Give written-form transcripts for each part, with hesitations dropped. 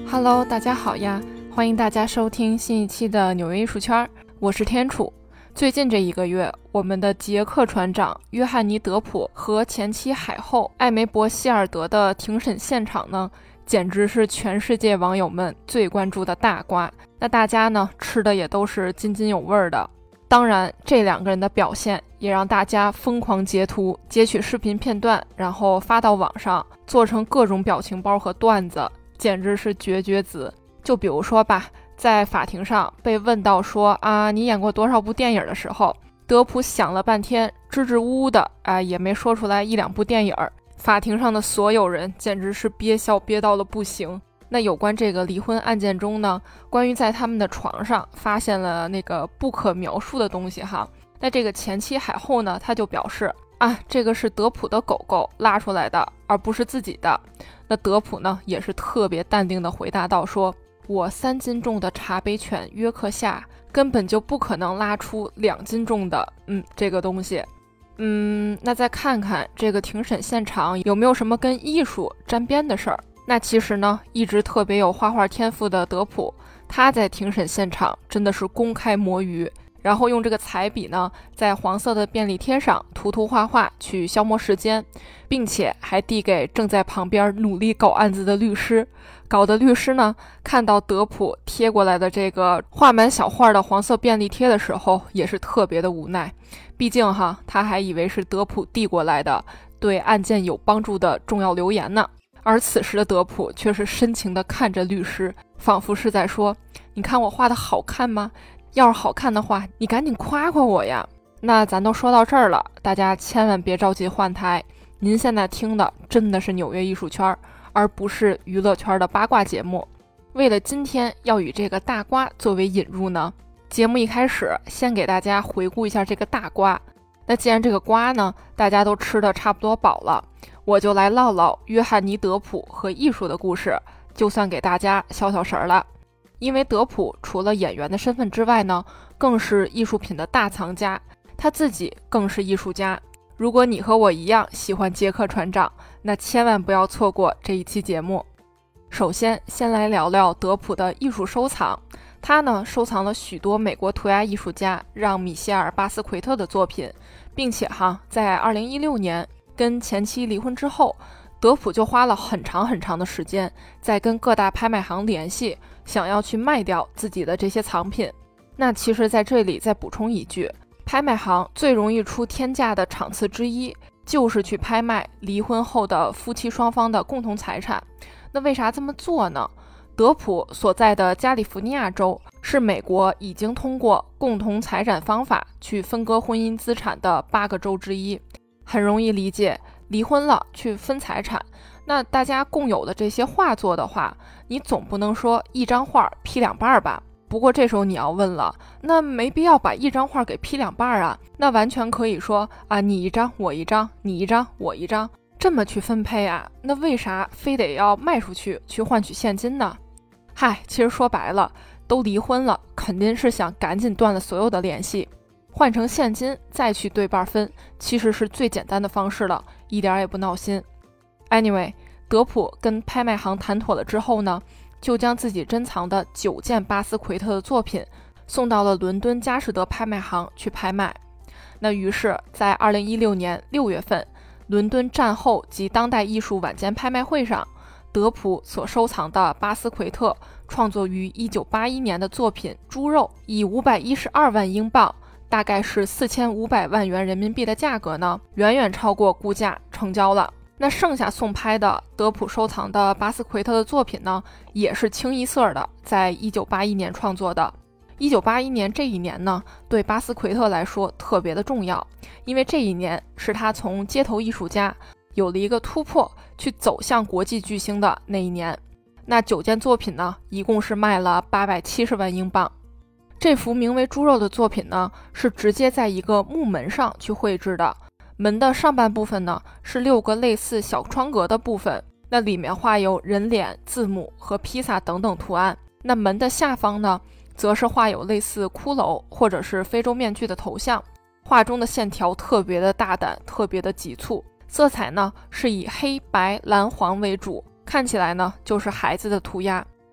Hello， 大家好呀，欢迎大家收听新一期的纽约艺术圈，我是天楚。最近这一个月，我们的捷克船长约翰尼·德普和前妻海后艾梅博·希尔德的庭审现场呢，简直是全世界网友们最关注的大瓜。那大家呢，吃的也都是津津有味的。当然，这两个人的表现也让大家疯狂截图、截取视频片段，然后发到网上，做成各种表情包和段子，简直是绝子。就比如说吧，在法庭上被问到说你演过多少部电影的时候，德普想了半天，支支吾吾的也没说出来一两部电影。法庭上的所有人简直是憋笑憋到了不行。那有关这个离婚案件中呢，关于在他们的床上发现了那个不可描述的东西哈，那这个前妻海后呢，他就表示这个是德普的狗狗拉出来的，而不是自己的。那德普呢，也是特别淡定的回答道说，我3斤重的茶杯犬约克夏根本就不可能拉出2斤重的这个东西。那再看看这个庭审现场有没有什么跟艺术沾边的事儿。那其实呢，一直特别有画画天赋的德普，他在庭审现场真的是公开摸鱼，然后用这个彩笔呢，在黄色的便利贴上涂画画去消磨时间，并且还递给正在旁边努力搞案子的律师，搞的律师呢，看到德普贴过来的这个画满小画的黄色便利贴的时候，也是特别的无奈。毕竟他还以为是德普递过来的对案件有帮助的重要留言呢。而此时的德普却是深情地看着律师，仿佛是在说，你看我画的好看吗？要是好看的话，你赶紧夸夸我呀。那咱都说到这儿了，大家千万别着急换台，您现在听的真的是纽约艺术圈，而不是娱乐圈的八卦节目。为了今天要以这个大瓜作为引入呢，节目一开始先给大家回顾一下这个大瓜。那既然这个瓜呢，大家都吃的差不多饱了，我就来唠唠约翰尼·德普和艺术的故事，就算给大家消消神了。因为德普除了演员的身份之外呢，更是艺术品的大藏家，他自己更是艺术家。如果你和我一样喜欢捷克船长，那千万不要错过这一期节目。首先来聊聊德普的艺术收藏。他呢，收藏了许多美国涂鸦艺术家让·米歇尔·巴斯奎特的作品，并且在2016年跟前妻离婚之后，德普就花了很长的时间在跟各大拍卖行联系，想要去卖掉自己的这些藏品。那其实在这里再补充一句，拍卖行最容易出天价的场次之一就是去拍卖离婚后的夫妻双方的共同财产。那为啥这么做呢？德普所在的加利福尼亚州是美国已经通过共同财产方法去分割婚姻资产的8个州之一。很容易理解，离婚了去分财产，那大家共有的这些画作的话，你总不能说一张画劈2半吧。不过这时候你要问了，那没必要把一张画给劈2半啊，那完全可以说你一张我一张，你一张我一张，这么去分配啊，那为啥非得要卖出去去换取现金呢？其实说白了，都离婚了，肯定是想赶紧断了所有的联系，换成现金再去对半分，其实是最简单的方式了，一点也不闹心。Anyway， 德普跟拍卖行谈妥了之后呢，就将自己珍藏的9件巴斯奎特的作品送到了伦敦佳士得拍卖行去拍卖。那于是在2016年6月份，伦敦战后及当代艺术晚间拍卖会上，德普所收藏的巴斯奎特创作于1981年的作品《猪肉》，以512万英镑，大概是4500万元人民币的价格呢，远远超过估价成交了。那剩下送拍的德普收藏的巴斯奎特的作品呢，也是清一色的在1981年创作的。1981年这一年呢，对巴斯奎特来说特别的重要，因为这一年是他从街头艺术家有了一个突破，去走向国际巨星的那一年。那9件作品呢，一共是卖了870万英镑。这幅名为《猪肉》的作品呢，是直接在一个木门上去绘制的，门的上半部分呢是6个类似小窗格的部分，那里面画有人脸、字母和披萨等等图案。那门的下方呢，则是画有类似骷髅或者是非洲面具的头像。画中的线条特别的大胆，特别的急促，色彩呢是以黑白蓝黄为主，看起来呢就是孩子的涂鸦。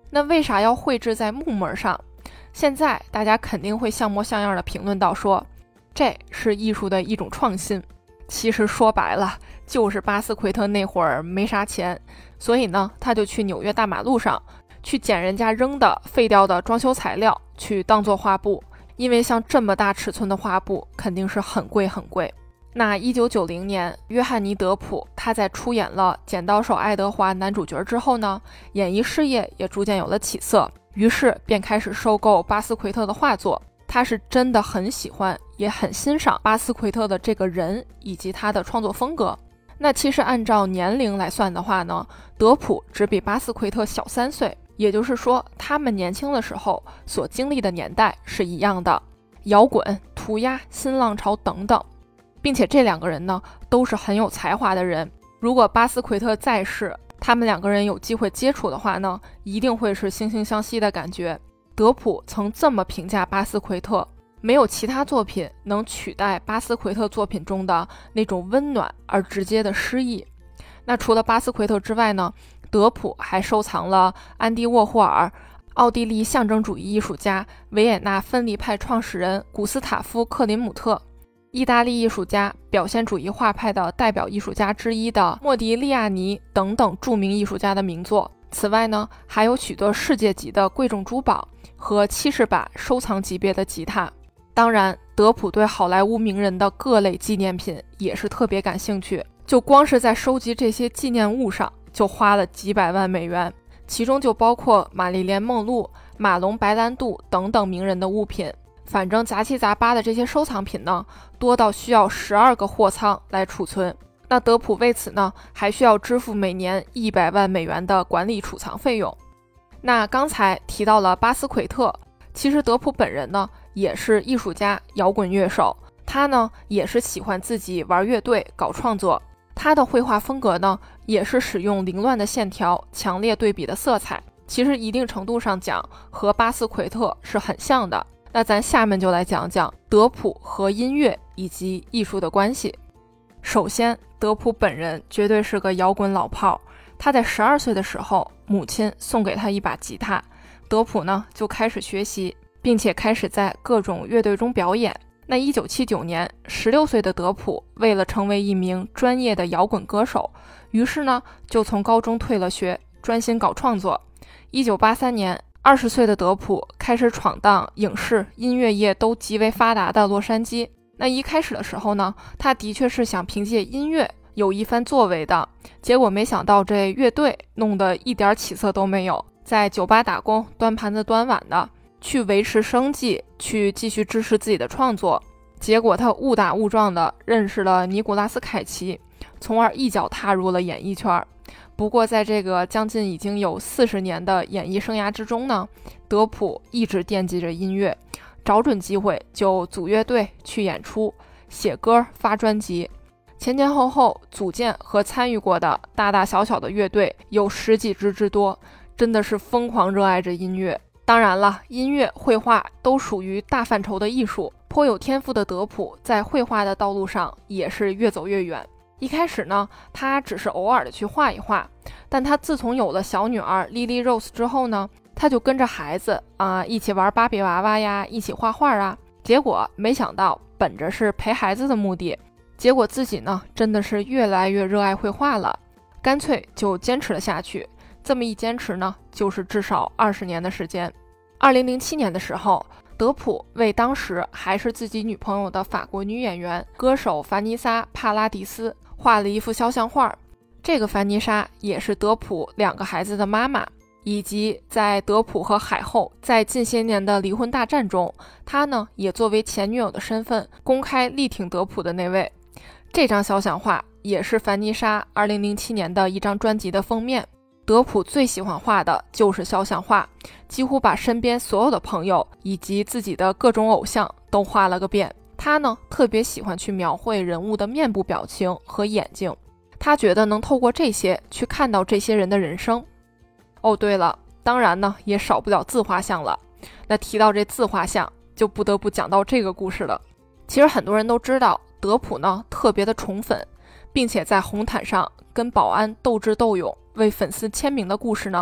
那为啥要绘制在木门上？现在大家肯定会像模像样的评论到说，这是艺术的一种创新。其实说白了，就是巴斯奎特那会儿没啥钱，所以呢，他就去纽约大马路上去捡人家扔的废掉的装修材料，去当做画布。因为像这么大尺寸的画布肯定是很贵很贵。那1990年，约翰尼·德普他在出演了《剪刀手爱德华》男主角之后呢，演艺事业也逐渐有了起色，于是便开始收购巴斯奎特的画作。他是真的很喜欢，也很欣赏巴斯奎特的这个人以及他的创作风格。那其实按照年龄来算的话呢，德普只比巴斯奎特小3岁，也就是说他们年轻的时候所经历的年代是一样的，摇滚、涂鸦、新浪潮等等。并且这两个人呢都是很有才华的人，如果巴斯奎特在世，他们两个人有机会接触的话呢，一定会是惺惺相惜的感觉。德普曾这么评价巴斯奎特，没有其他作品能取代巴斯奎特作品中的那种温暖而直接的诗意。那除了巴斯奎特之外呢，德普还收藏了安迪沃霍尔、奥地利象征主义艺术家、维也纳分离派创始人古斯塔夫·克林姆特、意大利艺术家、表现主义画派的代表艺术家之一的莫迪利亚尼等等著名艺术家的名作。此外呢，还有许多世界级的贵重珠宝和70把收藏级别的吉他。当然，德普对好莱坞名人的各类纪念品也是特别感兴趣，就光是在收集这些纪念物上就花了几百万美元，其中就包括玛丽莲·梦露、马龙·白兰度等等名人的物品。反正杂七杂八的这些收藏品呢，多到需要12个货仓来储存。那德普为此呢，还需要支付每年100万美元的管理储藏费用。那刚才提到了巴斯奎特，其实德普本人呢，也是艺术家、摇滚乐手，他呢也是喜欢自己玩乐队、搞创作。他的绘画风格呢，也是使用凌乱的线条、强烈对比的色彩，其实一定程度上讲，和巴斯奎特是很像的。那咱下面就来讲讲德普和音乐以及艺术的关系。首先，德普本人绝对是个摇滚老炮，他在12岁的时候，母亲送给他一把吉他，德普呢就开始学习，并且开始在各种乐队中表演。那1979年，16岁的德普为了成为一名专业的摇滚歌手，于是呢就从高中退了学，专心搞创作。1983年，20岁的德普开始闯荡影视、音乐业都极为发达的洛杉矶。那一开始的时候呢，他的确是想凭借音乐有一番作为的，结果没想到这乐队弄得一点起色都没有，在酒吧打工，端盘子端碗的，去维持生计，去继续支持自己的创作。结果他误打误撞的认识了尼古拉斯凯奇，从而一脚踏入了演艺圈。不过在这个将近已经有40年的演艺生涯之中呢，德普一直惦记着音乐，找准机会就组乐队去演出、写歌、发专辑。前前后后组建和参与过的大大小小的乐队有10几支之多，真的是疯狂热爱着音乐。当然了，音乐、绘画都属于大范畴的艺术，颇有天赋的德普在绘画的道路上也是越走越远。一开始呢，他只是偶尔的去画一画，但他自从有了小女儿 Lily Rose 之后呢，他就跟着孩子一起玩芭比娃娃呀，一起画画啊。结果没想到，本着是陪孩子的目的，结果自己呢真的是越来越热爱绘画了，干脆就坚持了下去。这么一坚持呢，就是至少20年的时间。2007年的时候，德普为当时还是自己女朋友的法国女演员、歌手凡妮莎·帕拉迪斯画了一幅肖像画。这个凡妮莎也是德普2个孩子的妈妈，以及在德普和海后在近些年的离婚大战中，她呢也作为前女友的身份公开力挺德普的那位。这张肖像画也是凡妮莎2007年的一张专辑的封面。德普最喜欢画的就是肖像画，几乎把身边所有的朋友以及自己的各种偶像都画了个遍。他呢特别喜欢去描绘人物的面部表情和眼睛，他觉得能透过这些去看到这些人的人生。哦对了，当然呢也少不了自画像了。那提到这自画像，就不得不讲到这个故事了。其实很多人都知道德普呢特别的宠粉，并且在红毯上跟保安斗智斗勇为粉丝签名的故事呢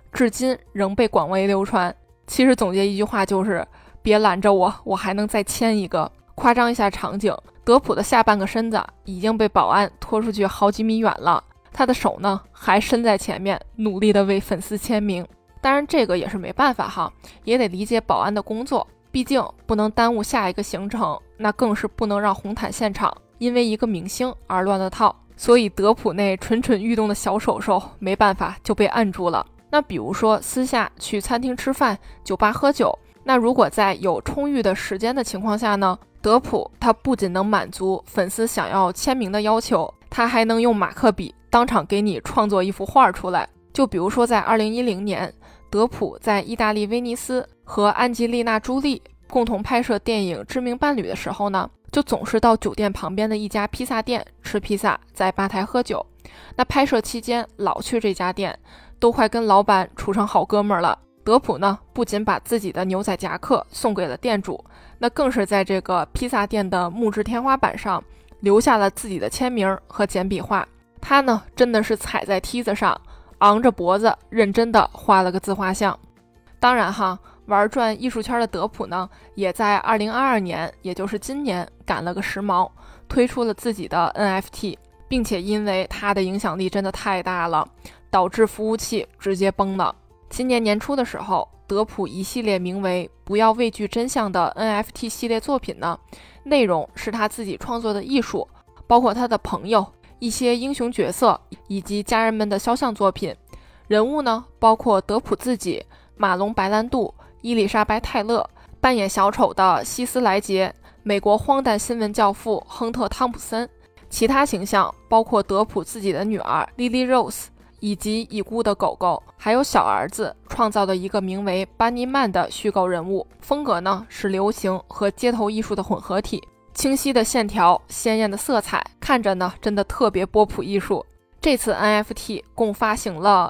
至今仍被广为流传。其实总结一句话就是别拦着我，我还能再签一个。夸张一下场景，德普的下半个身子已经被保安拖出去好几米远了，他的手呢还伸在前面，努力的为粉丝签名。当然这个也是没办法哈，也得理解保安的工作，毕竟不能耽误下一个行程，那更是不能让红毯现场因为一个明星而乱了套。所以德普那蠢蠢欲动的小手手没办法就被按住了。那比如说私下去餐厅吃饭、酒吧喝酒，那如果在有充裕的时间的情况下呢，德普他不仅能满足粉丝想要签名的要求，他还能用马克笔当场给你创作一幅画出来。就比如说在2010年，德普在意大利威尼斯和安吉丽娜·朱莉共同拍摄电影《致命伴侣》的时候呢，就总是到酒店旁边的一家披萨店吃披萨，在吧台喝酒。那拍摄期间老去这家店，都快跟老板处成好哥们儿了。德普呢，不仅把自己的牛仔夹克送给了店主，那更是在这个披萨店的木质天花板上留下了自己的签名和简笔画。他呢，真的是踩在梯子上，昂着脖子，认真的画了个自画像。当然哈，玩转艺术圈的德普呢，也在2022年，也就是今年赶了个时髦，推出了自己的 NFT， 并且因为他的影响力真的太大了，导致服务器直接崩了。今年年初的时候，德普一系列名为不要畏惧真相的 NFT 系列作品呢，内容是他自己创作的艺术，包括他的朋友、一些英雄角色以及家人们的肖像作品。人物呢，包括德普自己、马龙·白兰度、伊丽莎白·泰勒，扮演小丑的希斯莱杰，美国荒诞新闻教父亨特·汤普森。其他形象包括德普自己的女儿 Lily Rose，以及已故的狗狗，还有小儿子创造的一个名为班尼曼的虚构人物。风格呢是流行和街头艺术的混合体，清晰的线条，鲜艳的色彩，看着呢真的特别波普艺术。这次 NFT 共发行了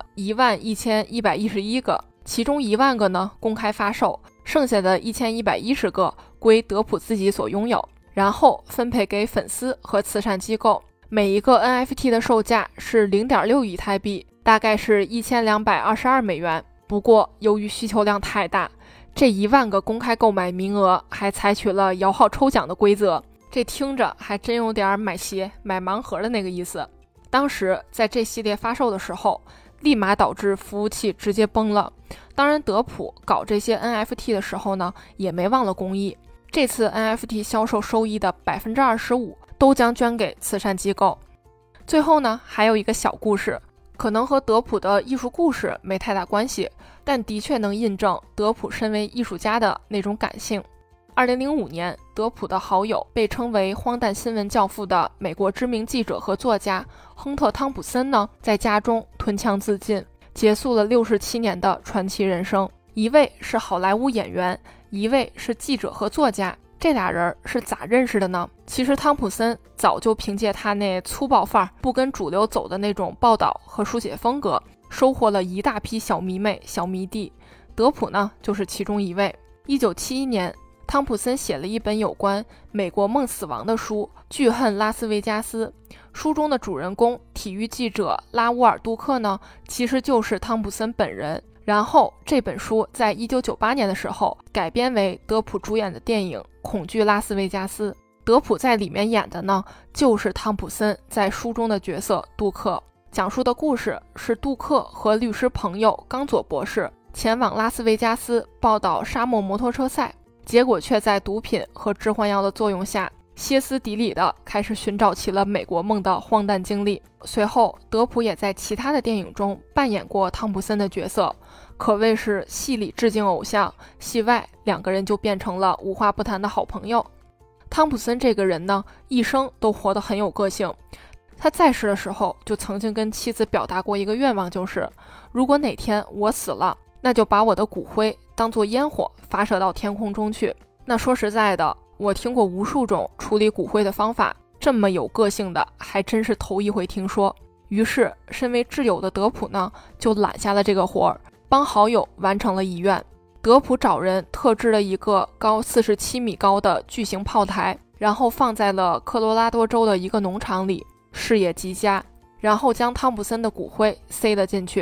11111个，其中1万个呢公开发售，剩下的1110个归德普自己所拥有，然后分配给粉丝和慈善机构。每一个 NFT 的售价是 0.6 亿台币，大概是1222美元。不过由于需求量太大，这1万个公开购买名额还采取了摇号抽奖的规则，这听着还真有点买鞋买盲盒的那个意思。当时在这系列发售的时候，立马导致服务器直接崩了。当然德普搞这些 NFT 的时候呢，也没忘了公益，这次 NFT 销售收益的 25% 都将捐给慈善机构。最后呢，还有一个小故事，可能和德普的艺术故事没太大关系，但的确能印证德普身为艺术家的那种感性。2005年，德普的好友被称为荒诞新闻教父的美国知名记者和作家亨特·汤普森呢，在家中吞枪自尽，结束了67年的传奇人生。一位是好莱坞演员，一位是记者和作家，这俩人是咋认识的呢？其实汤普森早就凭借他那粗暴范儿、不跟主流走的那种报道和书写风格，收获了一大批小迷妹、小迷弟。德普呢，就是其中一位。1971年，汤普森写了一本有关美国梦死亡的书《巨恨拉斯维加斯》。书中的主人公体育记者拉乌尔·杜克呢，其实就是汤普森本人。然后这本书在1998年的时候改编为德普主演的电影《恐惧拉斯维加斯》。德普在里面演的呢，就是汤普森在书中的角色杜克。讲述的故事是杜克和律师朋友冈佐博士前往拉斯维加斯报道沙漠摩托车赛，结果却在毒品和致幻药的作用下，歇斯底里的开始寻找起了美国梦的荒诞经历。随后德普也在其他的电影中扮演过汤普森的角色，可谓是戏里致敬偶像，戏外两个人就变成了无话不谈的好朋友。汤普森这个人呢，一生都活得很有个性。他在世的时候就曾经跟妻子表达过一个愿望，就是如果哪天我死了，那就把我的骨灰当作烟火发射到天空中去。那说实在的，我听过无数种处理骨灰的方法，这么有个性的还真是头一回听说。于是身为挚友的德普呢，就揽下了这个活儿，帮好友完成了遗愿。德普找人特制了一个高47米高的巨型炮台，然后放在了科罗拉多州的一个农场里，视野极佳。然后将汤普森的骨灰塞了进去，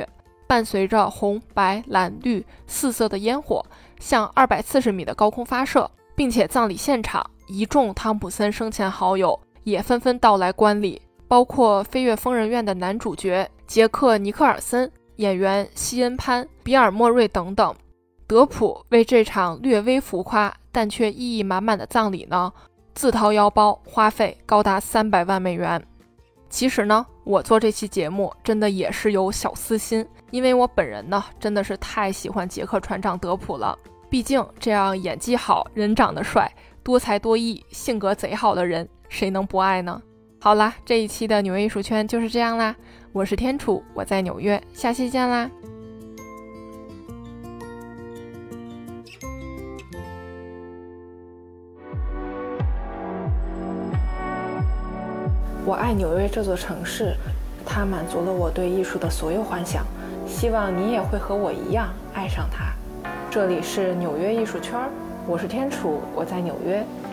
伴随着红、白、蓝、绿4色的烟火向240米的高空发射，并且葬礼现场一众汤普森生前好友也纷纷到来观礼，包括《飞越疯人院》的男主角杰克·尼克尔森、演员西恩·潘、比尔·莫瑞等等。德普为这场略微浮夸但却意义满满的葬礼呢，自掏腰包花费高达300万美元。其实呢，我做这期节目真的也是有小私心，因为我本人呢真的是太喜欢杰克船长德普了。毕竟这样演技好、人长得帅、多才多艺、性格贼好的人，谁能不爱呢？好啦，这一期的纽约艺术圈就是这样啦。我是天楚，我在纽约，下期见啦！我爱纽约这座城市，它满足了我对艺术的所有幻想，希望你也会和我一样爱上它。这里是纽约艺术圈，我是天楚，我在纽约。